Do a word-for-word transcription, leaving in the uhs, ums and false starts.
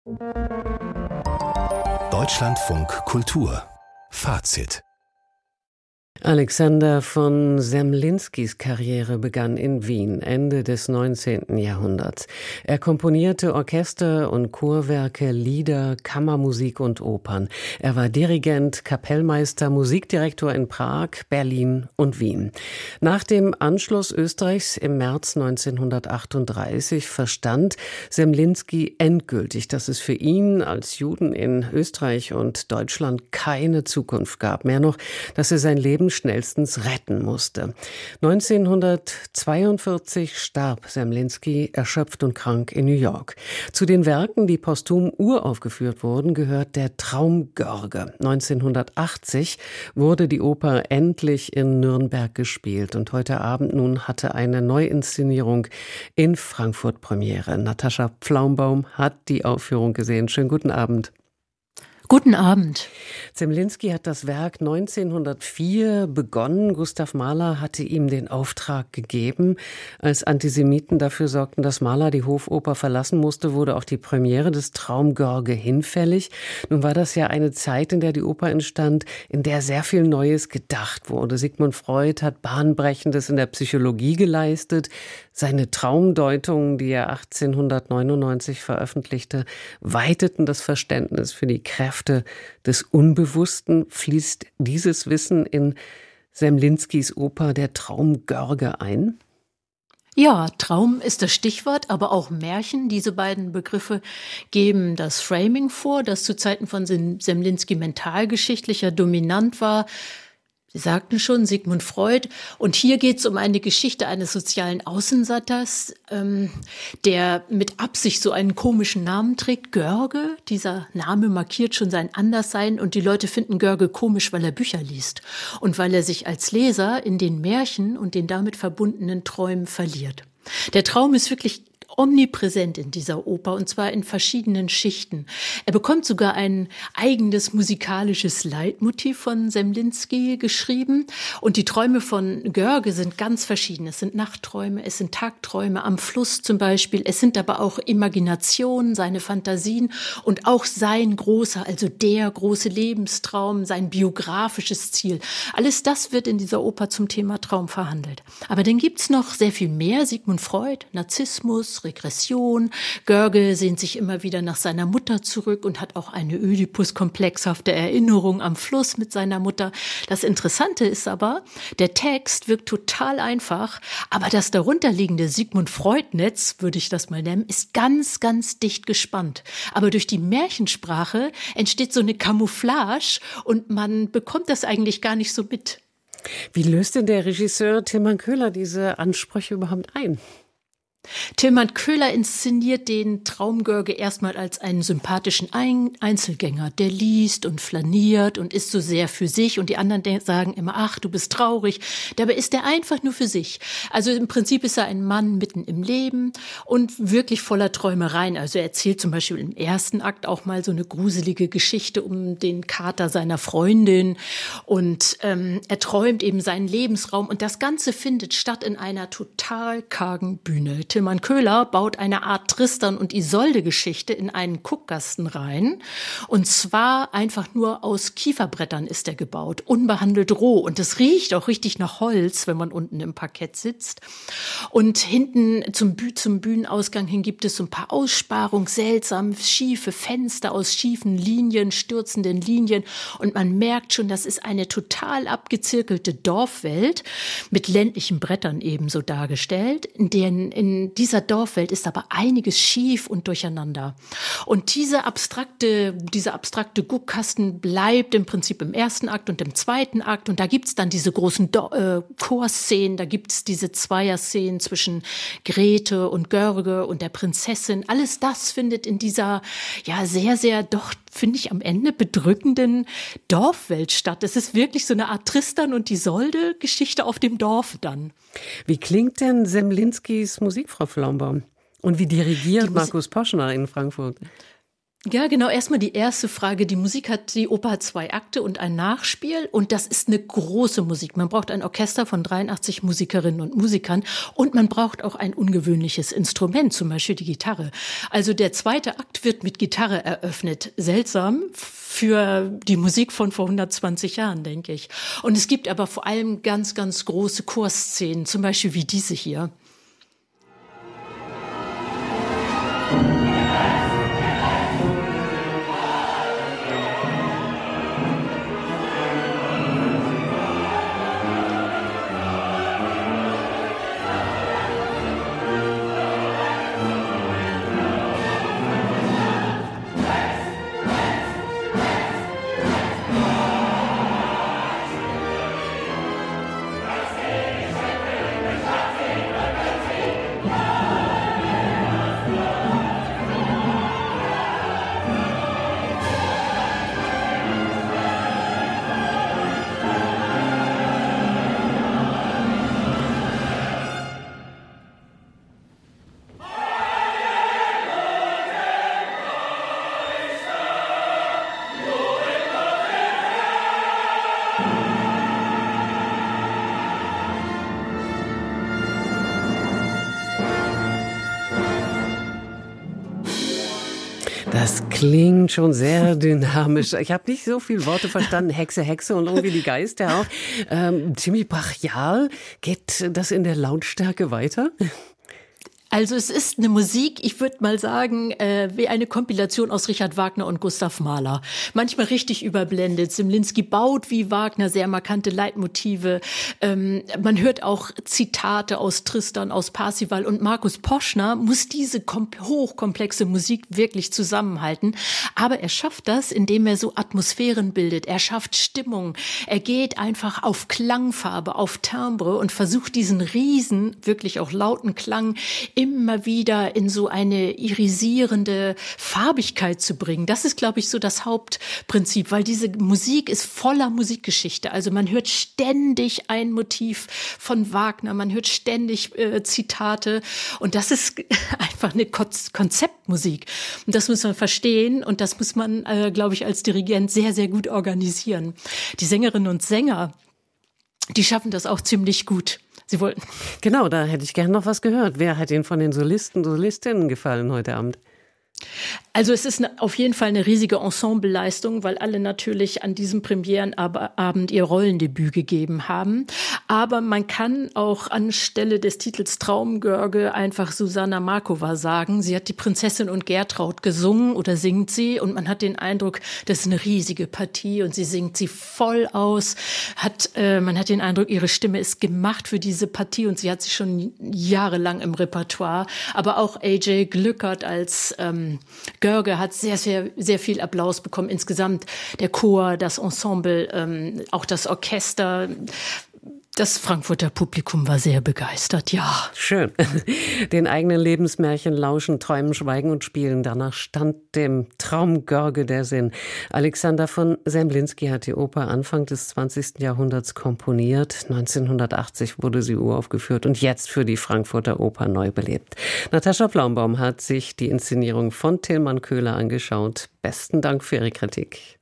Deutschlandfunk Kultur Fazit. Alexander von Semlinskis Karriere begann in Wien Ende des neunzehnten Jahrhunderts. Er komponierte Orchester- und Chorwerke, Lieder, Kammermusik und Opern. Er war Dirigent, Kapellmeister, Musikdirektor in Prag, Berlin und Wien. Nach dem Anschluss Österreichs im März neunzehnhundertachtunddreißig verstand Semlinski endgültig, dass es für ihn als Juden in Österreich und Deutschland keine Zukunft gab. Mehr noch, dass er sein Leben schnellstens retten musste. neunzehnhundertzweiundvierzig starb Semlinski erschöpft und krank in New York. Zu den Werken, die posthum uraufgeführt wurden, gehört der Traumgörge. neunzehnhundertachtzig wurde die Oper endlich in Nürnberg gespielt und heute Abend nun hatte eine Neuinszenierung in Frankfurt Premiere. Natascha Pflaumbaum hat die Aufführung gesehen. Schönen guten Abend. Guten Abend. Semlinski hat das Werk neunzehnhundertvier begonnen. Gustav Mahler hatte ihm den Auftrag gegeben. Als Antisemiten dafür sorgten, dass Mahler die Hofoper verlassen musste, wurde auch die Premiere des Traumgörge hinfällig. Nun war das ja eine Zeit, in der die Oper entstand, in der sehr viel Neues gedacht wurde. Sigmund Freud hat Bahnbrechendes in der Psychologie geleistet. Seine Traumdeutungen, die er achtzehnhundertneunundneunzig veröffentlichte, weiteten das Verständnis für die Kräfte des Unbewussten. Fließt dieses Wissen in Semlinskis Oper Der Traumgörge ein? Ja, Traum ist das Stichwort, aber auch Märchen. Diese beiden Begriffe geben das Framing vor, das zu Zeiten von Semlinski mentalgeschichtlicher dominant war. Sie sagten schon, Sigmund Freud. Und hier geht es um eine Geschichte eines sozialen Außenseiters, ähm, der mit Absicht so einen komischen Namen trägt, Görge. Dieser Name markiert schon sein Anderssein und die Leute finden Görge komisch, weil er Bücher liest und weil er sich als Leser in den Märchen und den damit verbundenen Träumen verliert. Der Traum ist wirklich omnipräsent in dieser Oper und zwar in verschiedenen Schichten. Er bekommt sogar ein eigenes musikalisches Leitmotiv von Semlinski geschrieben und die Träume von Görge sind ganz verschieden. Es sind Nachtträume, es sind Tagträume am Fluss zum Beispiel, es sind aber auch Imaginationen, seine Fantasien und auch sein großer, also der große Lebenstraum, sein biografisches Ziel. Alles das wird in dieser Oper zum Thema Traum verhandelt. Aber dann gibt's noch sehr viel mehr. Sigmund Freud, Narzissmus, Regression. Görge sehnt sich immer wieder nach seiner Mutter zurück und hat auch eine Ödipus-komplexhafte Erinnerung am Fluss mit seiner Mutter. Das Interessante ist aber, der Text wirkt total einfach, aber das darunterliegende Sigmund Freud-Netz, würde ich das mal nennen, ist ganz, ganz dicht gespannt. Aber durch die Märchensprache entsteht so eine Camouflage und man bekommt das eigentlich gar nicht so mit. Wie löst denn der Regisseur Tilman Köhler diese Ansprüche überhaupt ein? Tilman Köhler inszeniert den Traumgörge erstmal als einen sympathischen Einzelgänger, der liest und flaniert und ist so sehr für sich und die anderen sagen immer, ach, du bist traurig. Dabei ist er einfach nur für sich. Also im Prinzip ist er ein Mann mitten im Leben und wirklich voller Träumereien. Also er erzählt zum Beispiel im ersten Akt auch mal so eine gruselige Geschichte um den Kater seiner Freundin und ähm, er träumt eben seinen Lebensraum und das Ganze findet statt in einer total kargen Bühne. Tilman Köhler baut eine Art Tristan und Isolde-Geschichte in einen Guckkasten rein. Und zwar einfach nur aus Kieferbrettern ist er gebaut, unbehandelt roh. Und es riecht auch richtig nach Holz, wenn man unten im Parkett sitzt. Und hinten zum, Büh- zum Bühnenausgang hin gibt es so ein paar Aussparungen, seltsam schiefe Fenster aus schiefen Linien, stürzenden Linien. Und man merkt schon, das ist eine total abgezirkelte Dorfwelt mit ländlichen Brettern ebenso dargestellt, in denen in dieser Dorfwelt ist aber einiges schief und durcheinander. Und diese abstrakte, dieser abstrakte Guckkasten bleibt im Prinzip im ersten Akt und im zweiten Akt. Und da gibt's dann diese großen Do- äh, Chorszenen, da gibt's diese Zweierszenen zwischen Grete und Görge und der Prinzessin. Alles das findet in dieser, ja, sehr, sehr doch, finde ich, am Ende bedrückenden Dorfwelt statt. Es ist wirklich so eine Art Tristan und Isolde Geschichte auf dem Dorf dann. Wie klingt denn Semlinskis Musik, Frau Pflaumbaum? Und wie dirigiert Die Markus Poschner in Frankfurt? Ja, genau. Erstmal die erste Frage. Die Musik hat, die Oper hat zwei Akte und ein Nachspiel. Und das ist eine große Musik. Man braucht ein Orchester von dreiundachtzig Musikerinnen und Musikern. Und man braucht auch ein ungewöhnliches Instrument, zum Beispiel die Gitarre. Also der zweite Akt wird mit Gitarre eröffnet. Seltsam für die Musik von vor hundertzwanzig Jahren, denke ich. Und es gibt aber vor allem ganz, ganz große Chorszenen, zum Beispiel wie diese hier. Das klingt schon sehr dynamisch. Ich habe nicht so viele Worte verstanden. Hexe, Hexe und irgendwie die Geister auch. Ähm, ziemlich brachial. Geht das in der Lautstärke weiter? Also es ist eine Musik, ich würde mal sagen, äh, wie eine Kompilation aus Richard Wagner und Gustav Mahler. Manchmal richtig überblendet. Zemlinsky baut wie Wagner sehr markante Leitmotive. Ähm, man hört auch Zitate aus Tristan, aus Parzival. Und Markus Poschner muss diese kom- hochkomplexe Musik wirklich zusammenhalten. Aber er schafft das, indem er so Atmosphären bildet. Er schafft Stimmung. Er geht einfach auf Klangfarbe, auf Timbre und versucht diesen riesen, wirklich auch lauten Klang immer wieder in so eine irisierende Farbigkeit zu bringen. Das ist, glaube ich, so das Hauptprinzip, weil diese Musik ist voller Musikgeschichte. Also man hört ständig ein Motiv von Wagner, man hört ständig äh, Zitate und das ist einfach eine Konzeptmusik. Und das muss man verstehen und das muss man, äh, glaube ich, als Dirigent sehr, sehr gut organisieren. Die Sängerinnen und Sänger, die schaffen das auch ziemlich gut. Sie wollten. Genau, da hätte ich gerne noch was gehört. Wer hat Ihnen von den Solisten, Solistinnen gefallen heute Abend? Also es ist eine, auf jeden Fall eine riesige Ensembleleistung, weil alle natürlich an diesem Premierenabend ihr Rollendebüt gegeben haben. Aber man kann auch anstelle des Titels Traumgörge einfach Susanna Markova sagen. Sie hat die Prinzessin und Gertraud gesungen oder singt sie und man hat den Eindruck, das ist eine riesige Partie und sie singt sie voll aus. Hat, äh, man hat den Eindruck, ihre Stimme ist gemacht für diese Partie und sie hat sie schon jahrelang im Repertoire. Aber auch A J Glückert als ähm, Görge hat sehr, sehr, sehr viel Applaus bekommen. Insgesamt der Chor, das Ensemble, ähm, auch das Orchester. Das Frankfurter Publikum war sehr begeistert, ja. Schön. Den eigenen Lebensmärchen lauschen, träumen, schweigen und spielen. Danach stand dem Traumgörge der Sinn. Alexander von Zemlinsky hat die Oper Anfang des zwanzigsten Jahrhunderts komponiert. neunzehnhundertachtzig wurde sie uraufgeführt und jetzt für die Frankfurter Oper neu belebt. Natascha Plaumbaum hat sich die Inszenierung von Tilman Köhler angeschaut. Besten Dank für Ihre Kritik.